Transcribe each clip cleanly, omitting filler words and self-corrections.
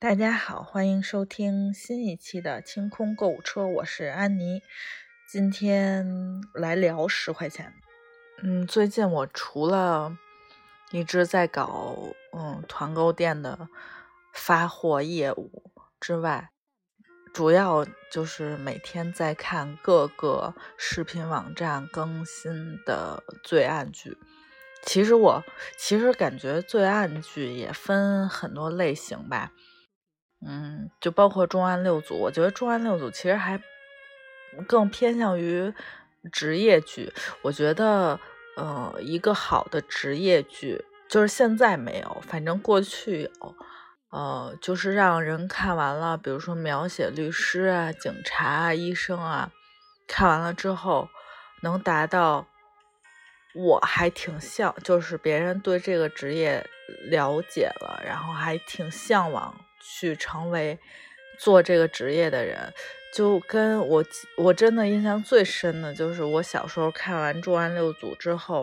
大家好，欢迎收听新一期的清空购物车，我是安妮。今天来聊10块钱。最近我除了一直在搞团购店的发货业务之外，主要就是每天在看各个视频网站更新的罪案剧。其实感觉罪案剧也分很多类型吧。就包括重案六组，我觉得重案六组其实还更偏向于职业剧。我觉得一个好的职业剧，就是现在没有，反正过去有，就是让人看完了，比如说描写律师啊、警察啊、医生啊，看完了之后能达到我还挺就是别人对这个职业了解了，然后还挺向往去成为做这个职业的人。就跟我真的印象最深的就是我小时候看完重案六组之后，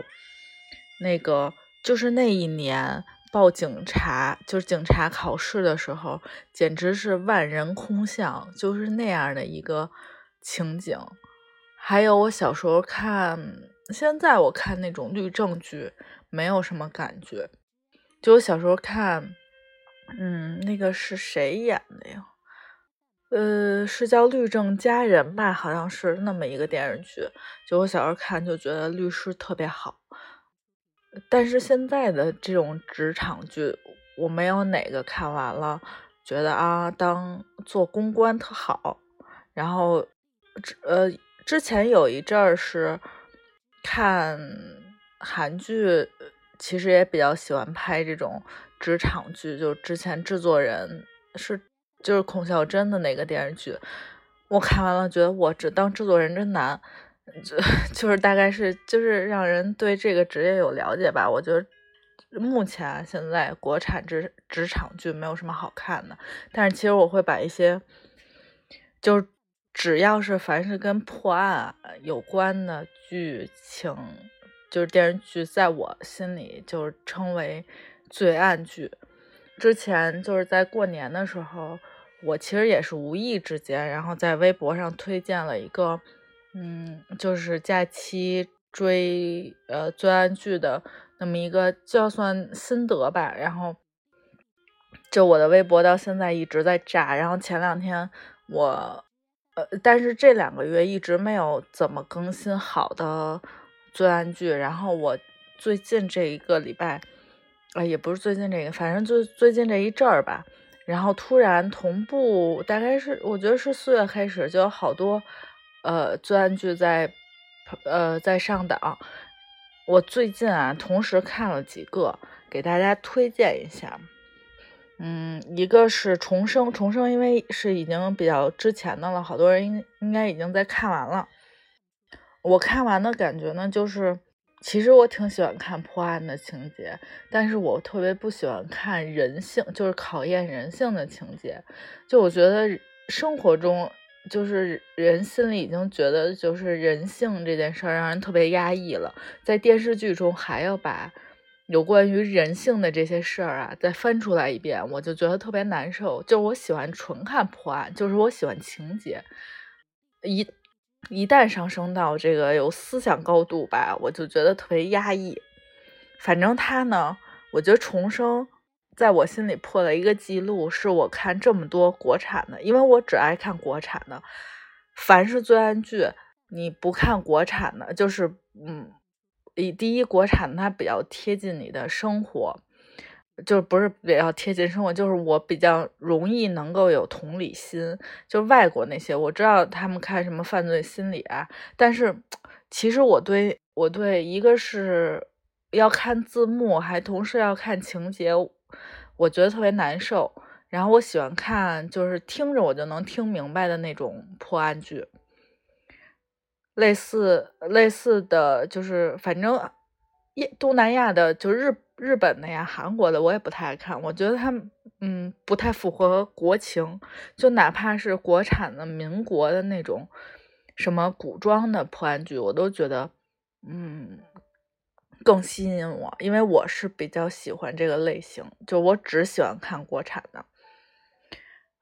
就是那一年报警察，就是警察考试的时候，简直是万人空巷，就是那样的一个情景。还有我小时候现在我看那种律政剧没有什么感觉。就我小时候看那个是谁演的呀？是叫《律政佳人》吧，好像是那么一个电视剧。就我小时候看就觉得律师特别好，但是现在的这种职场剧，我没有哪个看完了觉得当做公关特好。然后之前有一阵儿是看韩剧，其实也比较喜欢拍这种职场剧，就之前制作人就是孔孝真的那个电视剧，我看完了觉得我当制作人真难。就是大概就是让人对这个职业有了解吧。我觉得目前现在国产职场剧没有什么好看的，但是其实我会把一些就是只要是凡是跟破案有关的剧情，就是电视剧，在我心里就是称为罪案剧。之前就是在过年的时候，我其实也是无意之间，然后在微博上推荐了一个就是假期追罪案剧的那么一个叫算心得吧。然后就我的微博到现在一直在炸，然后前2天但是这2个月一直没有怎么更新好的罪案剧。然后我最近这一个礼拜也不是最近这个，反正就最近这一阵儿吧，然后突然同步，大概是我觉得是4月开始就有好多罪案剧在上档。我最近同时看了几个，给大家推荐一下。一个是重生，因为是已经比较之前的了，好多人应该已经在看完了。我看完的感觉呢，就是其实我挺喜欢看破案的情节，但是我特别不喜欢看人性，就是考验人性的情节。就我觉得生活中就是人心里已经觉得就是人性这件事儿让人特别压抑了，在电视剧中还要把有关于人性的这些事儿再翻出来一遍，我就觉得特别难受。就是我喜欢纯看破案，就是我喜欢情节，一旦上升到这个有思想高度吧，我就觉得特别压抑。反正他呢，我觉得重生在我心里破了一个记录，是我看这么多国产的，因为我只爱看国产的。凡是罪案剧，你不看国产的，就是第一，国产它比较贴近你的生活，就是不是比较贴近生活，就是我比较容易能够有同理心。就外国那些，我知道他们看什么犯罪心理但是其实我对一个是要看字幕，还同时要看情节，我觉得特别难受。然后我喜欢看就是听着我就能听明白的那种破案剧。类似的，就是反正东南亚的，就日本的呀、韩国的，我也不太爱看。我觉得他们不太符合国情，就哪怕是国产的民国的那种什么古装的破案剧，我都觉得更吸引我，因为我是比较喜欢这个类型，就我只喜欢看国产的。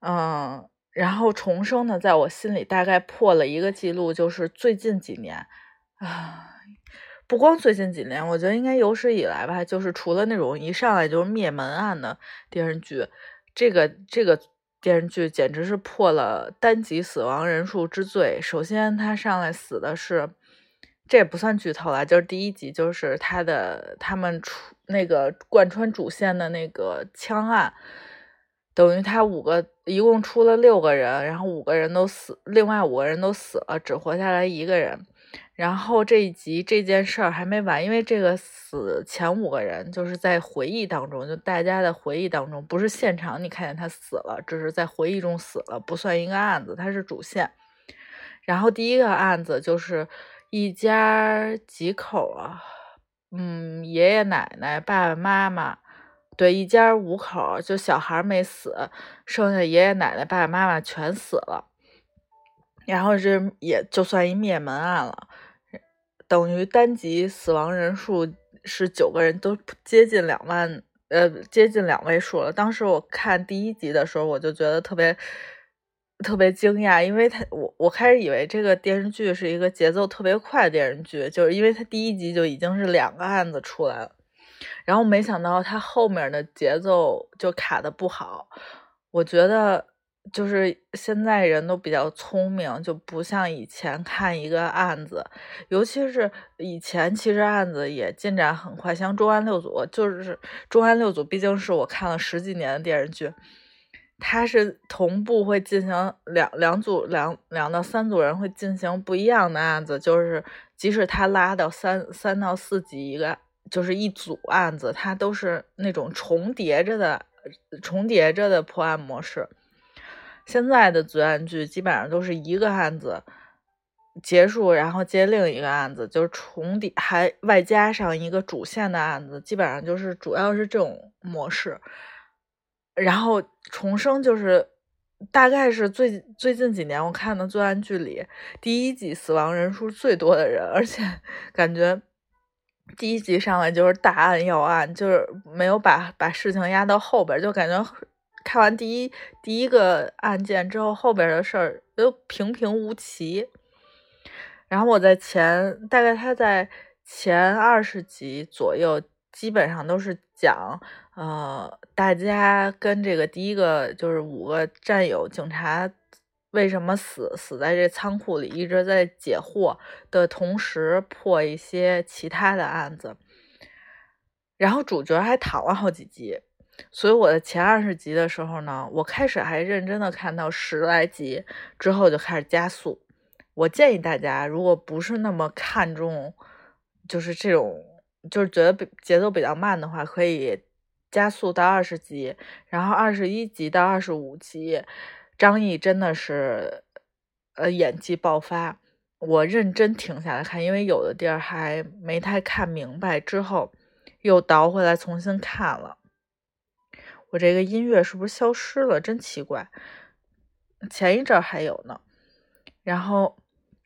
然后重生呢，在我心里大概破了一个记录，就是最近几年啊。不光最近几年，我觉得应该有史以来吧，就是除了那种一上来就是灭门案的电视剧，这个电视剧简直是破了单集死亡人数之最。首先，他上来死的是，这也不算剧透了，就是第一集，就是他们那个贯穿主线的那个枪案，等于他一共出了6个人，然后另外5个人都死了，只活下来1个人。然后这一集这件事儿还没完，因为这个死前5个人就是在回忆当中，就大家的回忆当中，不是现场你看见他死了，只是在回忆中死了，不算一个案子，它是主线。然后第一个案子就是一家几口啊，爷爷奶奶、爸爸妈妈，对，一家5口，就小孩没死，剩下爷爷奶奶、爸爸妈妈全死了。然后也就算一灭门案了，等于单集死亡人数是9个人，都接近2万，接近2位数了。当时我看第一集的时候，我就觉得特别惊讶，因为我开始以为这个电视剧是一个节奏特别快的电视剧，就是因为它第一集就已经是2个案子出来了，然后没想到它后面的节奏就卡得不好。我觉得就是现在人都比较聪明，就不像以前看一个案子，尤其是以前其实案子也进展很快，像重案六组，就是重案六组毕竟是我看了10几年的电视剧，它是同步会进行两到3组人会进行不一样的案子，就是即使他拉到3到4集一个，就是一组案子，它都是那种重叠着的破案模式。现在的罪案剧基本上都是一个案子结束，然后接另一个案子，就是重叠，还外加上一个主线的案子，基本上就是主要是这种模式。然后重生就是大概是最近几年我看的罪案剧里第一集死亡人数最多的人，而且感觉第一集上来就是大案要案，就是没有把事情压到后边，就感觉看完第一个案件之后，后边的事儿都平平无奇。然后大概他在前20集左右，基本上都是讲大家跟这个第一个就是5个战友警察为什么死在这仓库里，一直在解惑的同时破一些其他的案子，然后主角还躺了好几集。所以我的前20集的时候呢，我开始还认真的看到10来集之后就开始加速。我建议大家，如果不是那么看重就是这种就是觉得节奏比较慢的话，可以加速到20集，然后21集到25集，张译真的是演技爆发。我认真停下来看，因为有的地儿还没太看明白，之后又倒回来重新看了。我这个音乐是不是消失了？真奇怪，前一阵还有呢。然后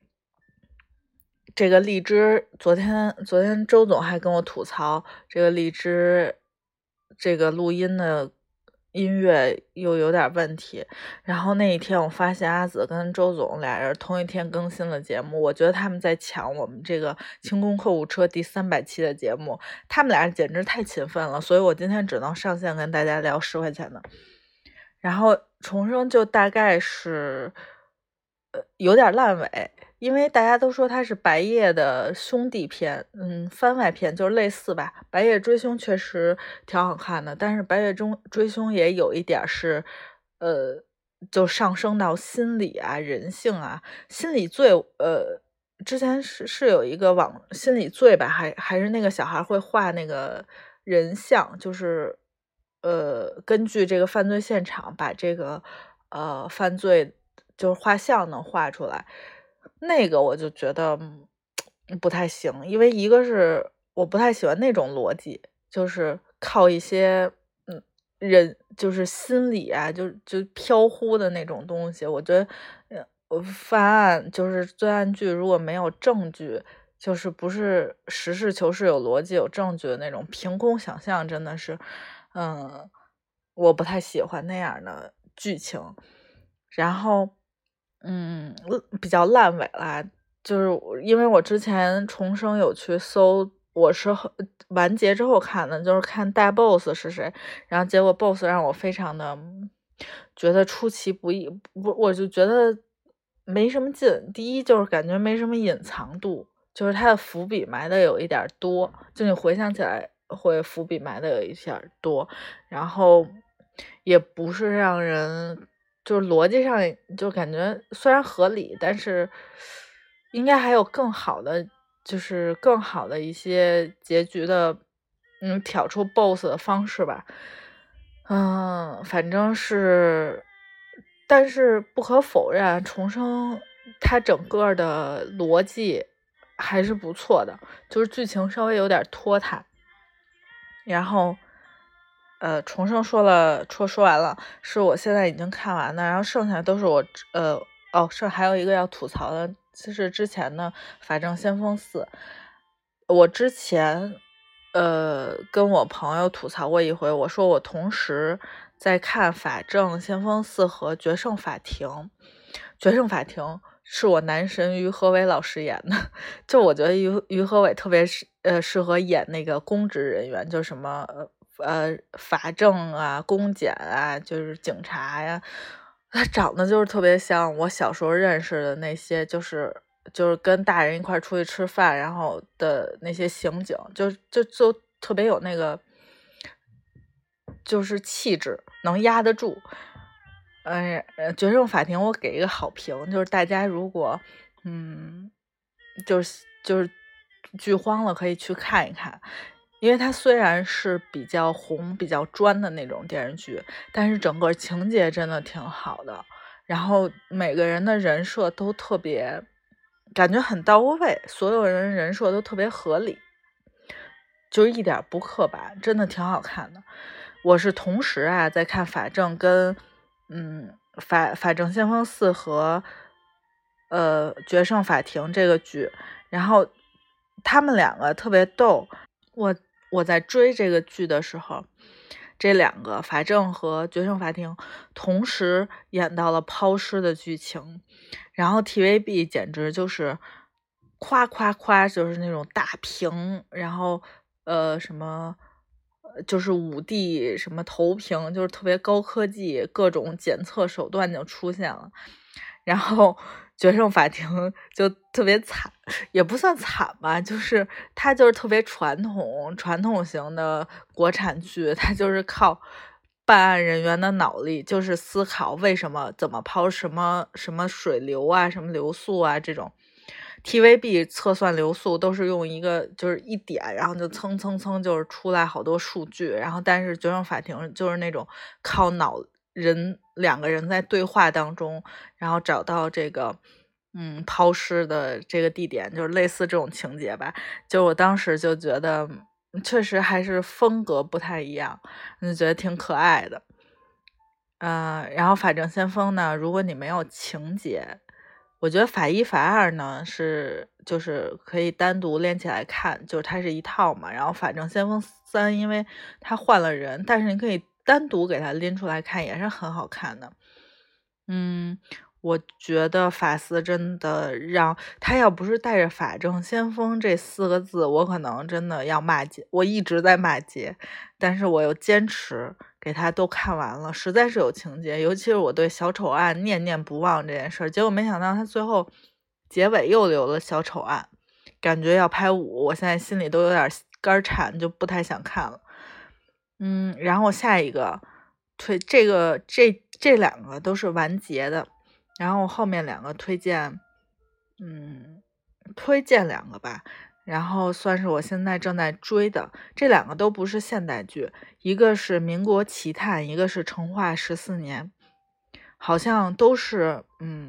这个荔枝，昨天周总还跟我吐槽，这个荔枝这个录音的音乐又有点问题。然后那一天我发现阿紫跟周总俩人同一天更新了节目，我觉得他们在抢我们这个清空客户车第300期的节目，他们俩简直太勤奋了，所以我今天只能上线跟大家聊10块钱的。然后重生就大概是有点烂尾，因为大家都说它是白夜的兄弟片，番外篇，就是类似吧。白夜追凶确实挺好看的，但是白夜追凶也有一点是就上升到心理啊、人性啊、心理罪。之前是有一个心理罪吧，还是那个小孩会画那个人像，就是根据这个犯罪现场把这个犯罪就是画像能画出来，那个我就觉得不太行，因为一个是我不太喜欢那种逻辑，就是靠一些人就是心理啊，就飘忽的那种东西。我觉得犯案就是罪案剧，如果没有证据，就是不是实事求是、有逻辑、有证据的那种凭空想象，真的是我不太喜欢那样的剧情。 然后比较烂尾啦，就是因为我之前重生有去搜，我是完结之后看的，就是看大 boss 是谁，然后结果 boss 让我非常的觉得出其不意，我就觉得没什么劲。第一就是感觉没什么隐藏度，就是它的伏笔埋的有一点多，就你回想起来会伏笔埋的有一点多，然后也不是让人就是逻辑上就感觉虽然合理，但是应该还有更好的，就是更好的一些结局的挑出 BOSS 的方式吧。反正是，但是不可否认，重生它整个的逻辑还是不错的，就是剧情稍微有点拖沓。然后，重生说完了，是我现在已经看完的，然后剩下都是我还有一个要吐槽的，就是之前的法证先锋4，我之前跟我朋友吐槽过一回，我说我同时在看法证先锋4和决胜法庭，决胜法庭是我男神于和伟老师演的，就我觉得于和伟特别适合演那个公职人员，就什么法政啊、公检啊，就是警察呀，他长得就是特别像我小时候认识的那些，就是跟大人一块出去吃饭，然后的那些刑警，就特别有那个就是气质，能压得住。决胜法庭我给一个好评，就是大家如果就是剧荒了，可以去看一看。因为它虽然是比较红、比较专的那种电视剧，但是整个情节真的挺好的，然后每个人的人设都特别，感觉很到位，所有人人设都特别合理，就一点不刻板，真的挺好看的。我是同时在看法证跟法证先锋4和决胜法庭这个剧，然后他们两个特别逗。我在追这个剧的时候，这两个法证和决胜法庭同时演到了抛尸的剧情，然后 TVB 简直就是夸夸夸，就是那种大屏，然后什么就是5D 什么投屏，就是特别高科技，各种检测手段就出现了。然后决胜法庭就特别惨，也不算惨吧，就是它就是特别传统型的国产剧，它就是靠办案人员的脑力，就是思考为什么怎么抛什么水流啊，什么流速啊这种。TVB 测算流速都是用一个就是一点，然后就蹭蹭蹭就是出来好多数据，然后但是决胜法庭就是那种靠两个人在对话当中，然后找到这个抛尸的这个地点，就是类似这种情节吧。就我当时就觉得确实还是风格不太一样，就觉得挺可爱的。然后法证先锋呢，如果你没有情节，我觉得法1法2呢就是可以单独连起来看，就是它是一套嘛。然后法证先锋3，因为它换了人，但是你可以单独给它拎出来看，也是很好看的。我觉得法4真的让他要不是带着法证先锋这4个字，我可能真的要骂街。我一直在骂街，但是我又坚持给他都看完了，实在是有情节，尤其是我对小丑案念念不忘这件事，结果没想到他最后结尾又留了小丑案，感觉要拍5，我现在心里都有点肝颤，就不太想看了。然后下一个这两个都是完结的，然后后面2个推荐2个吧，然后算是我现在正在追的。这2个都不是现代剧，一个是《民国奇探》，一个是《成化14年》，好像都是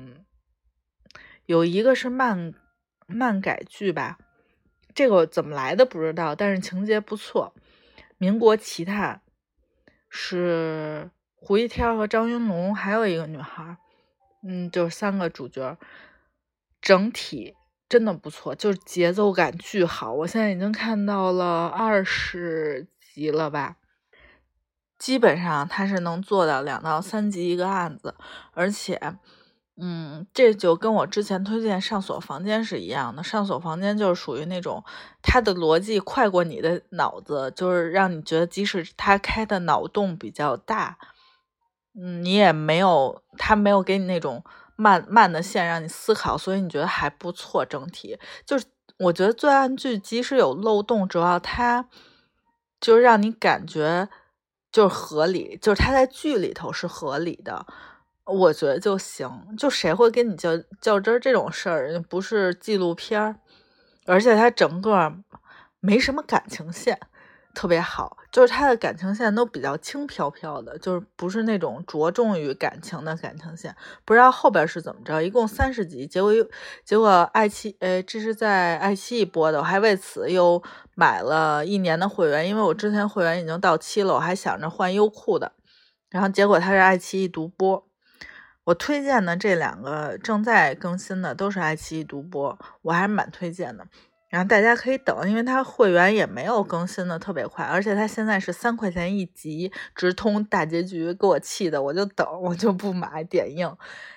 有一个是漫改剧吧，这个怎么来的不知道，但是情节不错。《民国奇探》是胡一天和张云龙，还有一个女孩，就是3个主角，整体真的不错，就是节奏感巨好。我现在已经看到了20集了吧， 基本上他是能做到2到3集一个案子，而且这就跟我之前推荐上锁房间是一样的。上锁房间就是属于那种它的逻辑快过你的脑子，就是让你觉得即使他开的脑洞比较大，你也他没有给你那种慢的线让你思考，所以你觉得还不错。整体就是我觉得罪案剧即使有漏洞，主要它就是让你感觉就是合理，就是它在剧里头是合理的，我觉得就行。就谁会跟你较真儿这种事儿？不是纪录片儿，而且它整个没什么感情线，特别好。就是它的感情线都比较轻飘飘的，就是不是那种着重于感情的感情线。不知道后边是怎么着，一共30集，结果爱奇艺，这是在爱奇艺播的，我还为此又买了1年的会员，因为我之前会员已经到期了，我还想着换优酷的，然后结果它是爱奇艺独播。我推荐的这2个正在更新的都是爱奇艺独播，我还蛮推荐的。然后大家可以等，因为它会员也没有更新的特别快，而且它现在是3块钱1集，直通大结局，给我气的，我就等，我就不买，点映。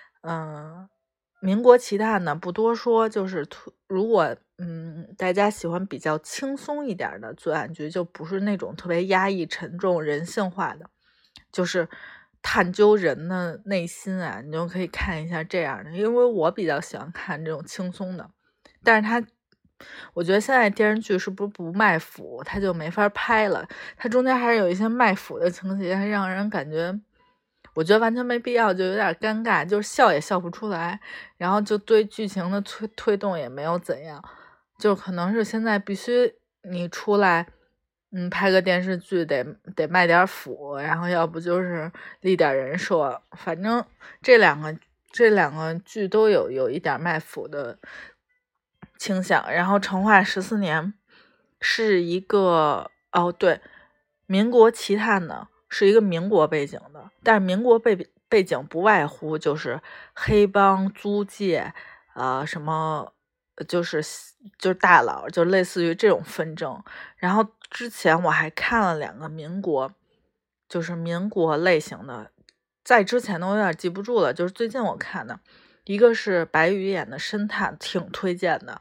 民国奇探呢不多说，就是如果大家喜欢比较轻松一点的罪案剧，就不是那种特别压抑沉重人性化的，就是探究人的内心啊，你就可以看一下这样的。因为我比较喜欢看这种轻松的，但是我觉得现在电视剧是不卖腐，它就没法拍了，它中间还是有一些卖腐的情节，还让人感觉我觉得完全没必要，就有点尴尬，就是笑也笑不出来，然后就对剧情的推动也没有怎样，就可能是现在必须你出来拍个电视剧得卖点腐，然后要不就是立点人设，反正这两个剧都有一点卖腐的倾向。然后成化14年是一个对，民国奇探呢是一个民国背景的，但是民国背景不外乎就是黑帮租界什么就是大佬，就类似于这种纷争。然后之前我还看了2个民国类型的，在之前的我有点记不住了，就是最近我看的一个是白宇演的侦探，挺推荐的。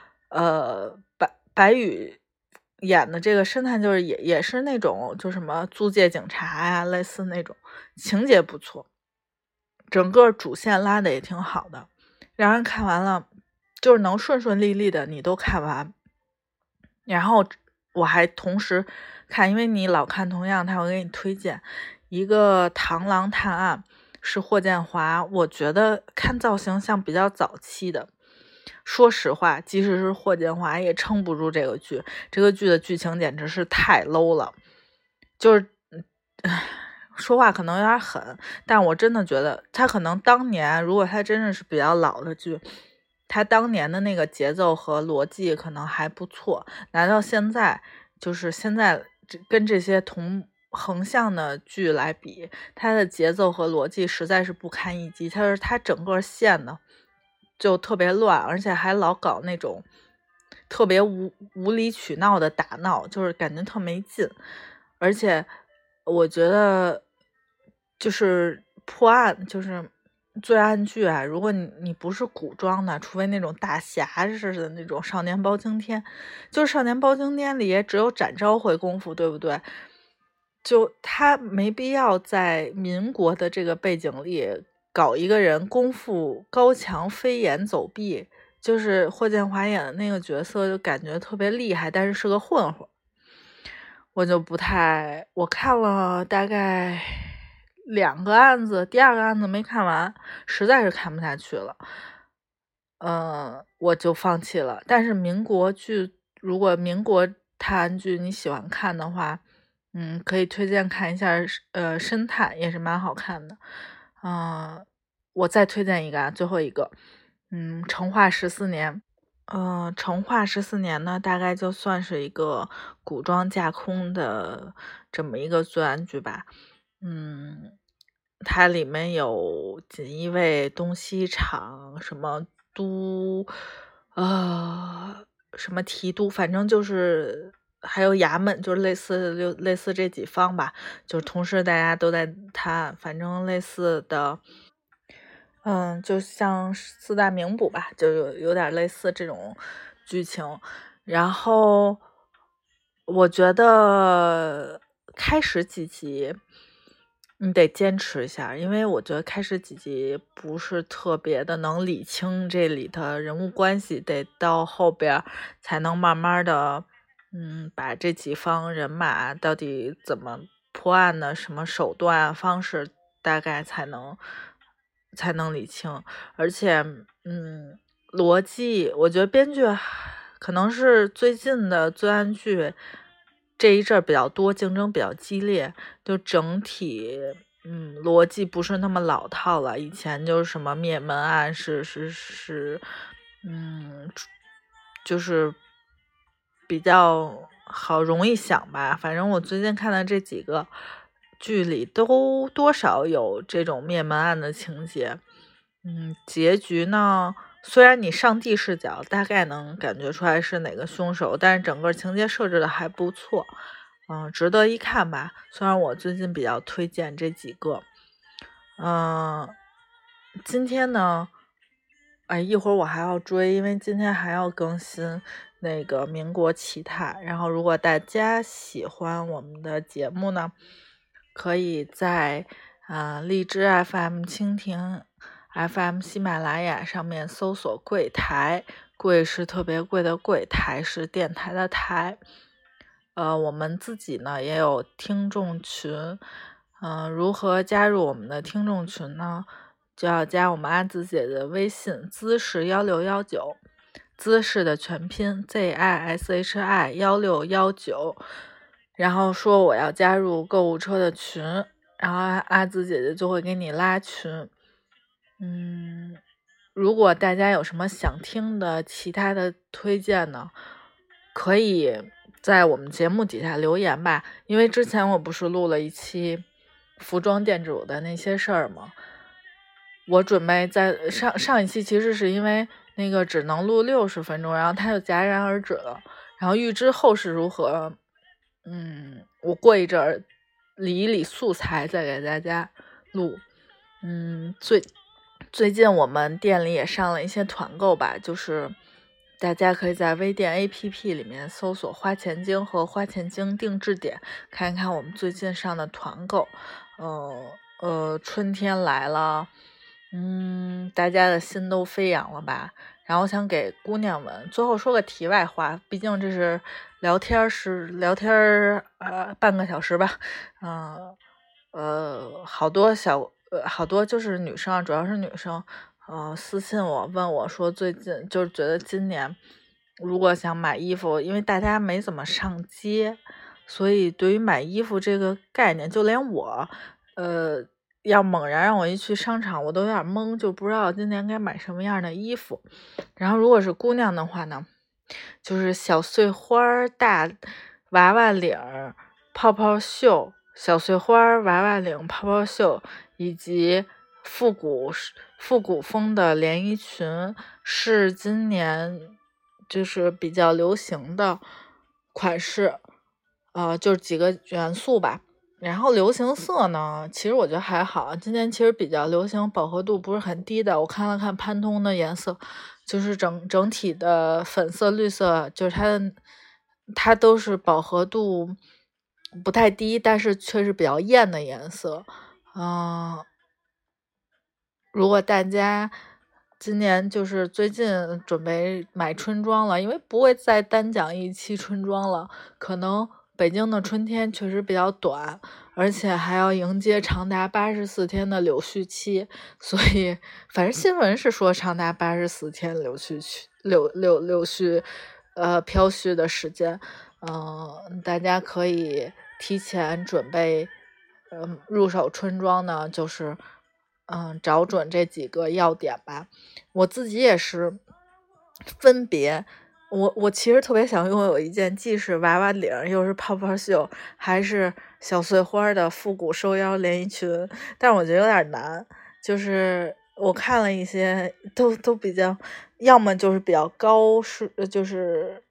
白宇演的这个侦探就是也是那种就什么租界警察呀，类似那种，情节不错，整个主线拉的也挺好的，让人看完了就是能顺顺利利的你都看完。然后我还同时看，因为你老看同样，他会给你推荐一个螳螂探案，是霍建华，我觉得看造型像比较早期的。说实话，即使是霍建华也撑不住这个剧，这个剧的剧情简直是太 low 了，就是说话可能有点狠，但我真的觉得他可能当年如果他真的是比较老的剧，他当年的那个节奏和逻辑可能还不错，来到现在就是现在跟这些同横向的剧来比，它的节奏和逻辑实在是不堪一击，它整个线呢就特别乱，而且还老搞那种特别无理取闹的打闹，就是感觉特没劲。而且我觉得就是破案就是罪案剧啊，如果你不是古装的，除非那种大侠似的那种少年包青天，就是少年包青天里也只有展昭会功夫，对不对？就他没必要在民国的这个背景里搞一个人功夫高强飞檐走壁，就是霍建华演的那个角色就感觉特别厉害，但是是个混混。我看了大概2个案子，第2个案子没看完，实在是看不下去了，我就放弃了。但是民国剧，如果民国探案剧你喜欢看的话，可以推荐看一下，侦探也是蛮好看的。我再推荐一个最后一个，成化14年。成化14年呢，大概就算是一个古装架空的这么一个罪案剧吧。它里面有锦衣卫、东西厂、什么都，什么提督，反正就是还有衙门，就是类似这几方吧，就是同时大家都在谈，反正类似的，就像四大名捕吧，就有点类似这种剧情。然后我觉得开始几集你得坚持一下，因为我觉得开始几集不是特别的能理清这里的人物关系，得到后边才能慢慢的，把这几方人马到底怎么破案的，什么手段方式，大概才能理清。而且，逻辑，我觉得编剧可能是最近的罪案剧这一阵儿比较多，竞争比较激烈，就整体逻辑不是那么老套了。以前就是什么灭门案就是比较好容易想吧。反正我最近看的这几个剧里都多少有这种灭门案的情节。结局呢，虽然你上帝视角大概能感觉出来是哪个凶手，但是整个情节设置的还不错，值得一看吧。虽然我最近比较推荐这几个，今天呢，一会儿我还要追，因为今天还要更新那个民国奇谭。然后，如果大家喜欢我们的节目呢，可以在荔枝 FM、蜻蜓 FM、喜马拉雅上面搜索柜台，柜是特别贵的柜，台是电台的台。我们自己呢也有听众群，如何加入我们的听众群呢？就要加我们阿紫姐的微信，姿势1619，姿势的全拼 ZISHI1619，然后说我要加入购物车的群，然后阿紫姐姐就会给你拉群。如果大家有什么想听的其他的推荐呢，可以在我们节目底下留言吧。因为之前我不是录了一期服装店主的那些事儿吗？我准备在上一期其实是因为那个只能录60分钟，然后它就戛然而止了。然后预知后事如何，我过一阵儿理一理素材再给大家录。最近我们店里也上了一些团购吧，就是大家可以在微店 APP 里面搜索花钱精和花钱精定制点，看一看我们最近上的团购。春天来了，大家的心都飞扬了吧？然后我想给姑娘们最后说个题外话，毕竟这是聊天半个小时吧，好多就是女生，主要是女生，私信我问我说，最近就是觉得今年如果想买衣服，因为大家没怎么上街，所以对于买衣服这个概念，就连我，要猛然让我一去商场，我都有点懵，就不知道今年该买什么样的衣服。然后如果是姑娘的话呢，就是小碎花、大娃娃领、泡泡袖。小碎花、娃娃领、泡泡袖以及复古风的连衣裙是今年就是比较流行的款式，就是几个元素吧。然后流行色呢，其实我觉得还好，今年其实比较流行饱和度不是很低的。我看了看潘通的颜色，就是整体的粉色、绿色，就是它都是饱和度不太低，但是却是比较艳的颜色。如果大家今年就是最近准备买春装了，因为不会再单讲一期春装了，可能北京的春天确实比较短，而且还要迎接长达84天的柳絮期，所以反正新闻是说长达84天柳絮飘絮的时间，大家可以提前准备，入手春装呢，就是找准这几个要点吧。我自己也是分别，我其实特别想拥有一件既是娃娃领又是泡泡袖还是小碎花的复古收腰连衣裙，但是我觉得有点难。就是我看了一些都比较，要么就是比较高，就是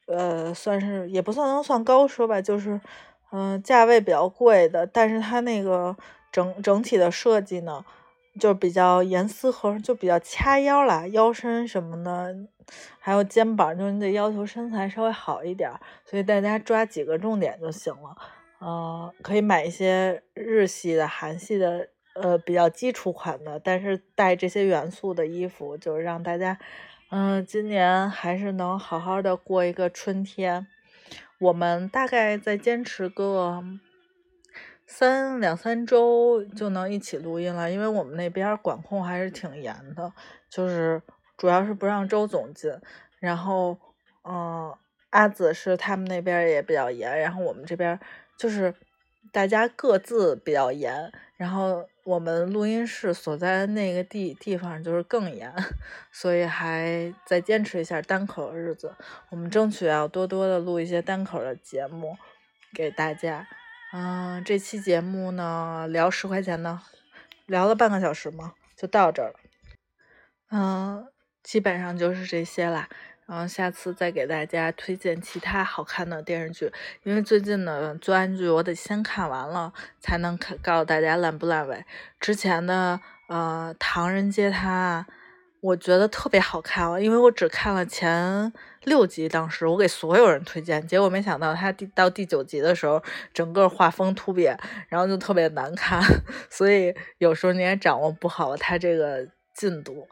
算是也不算高奢吧，就是价位比较贵的，但是它那个整体的设计呢，就比较严丝合缝，就比较掐腰啦，腰身什么的，还有肩膀，就是你得要求身材稍微好一点，所以大家抓几个重点就行了。可以买一些日系的、韩系的，比较基础款的，但是带这些元素的衣服，就是让大家，今年还是能好好的过一个春天。我们大概再坚持个两三周就能一起录音了，因为我们那边管控还是挺严的，就是主要是不让周总进，然后，阿紫是他们那边也比较严，然后我们这边就是大家各自比较严，然后我们录音室所在的那个地方就是更严，所以还再坚持一下单口的日子。我们争取要多多的录一些单口的节目给大家。这期节目呢聊10块钱呢，聊了半个小时嘛，就到这儿了。基本上就是这些啦。然后下次再给大家推荐其他好看的电视剧，因为最近的作案剧我得先看完了，才能告诉大家烂不烂尾。之前的唐人街探我觉得特别好看了，因为我只看了前6集，当时我给所有人推荐，结果没想到它到第9集的时候，整个画风突变，然后就特别难看，所以有时候你也掌握不好它这个进度。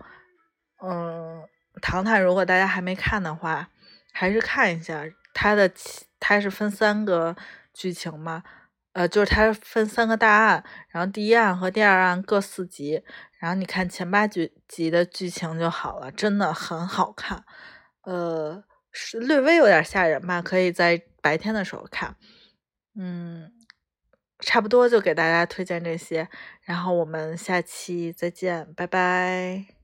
唐探如果大家还没看的话，还是看一下。它是分3个剧情嘛，就是它分3个大案，然后第1案和第2案各4集，然后你看前8集的剧情就好了，真的很好看。是略微有点吓人吧，可以在白天的时候看。差不多就给大家推荐这些，然后我们下期再见，拜拜。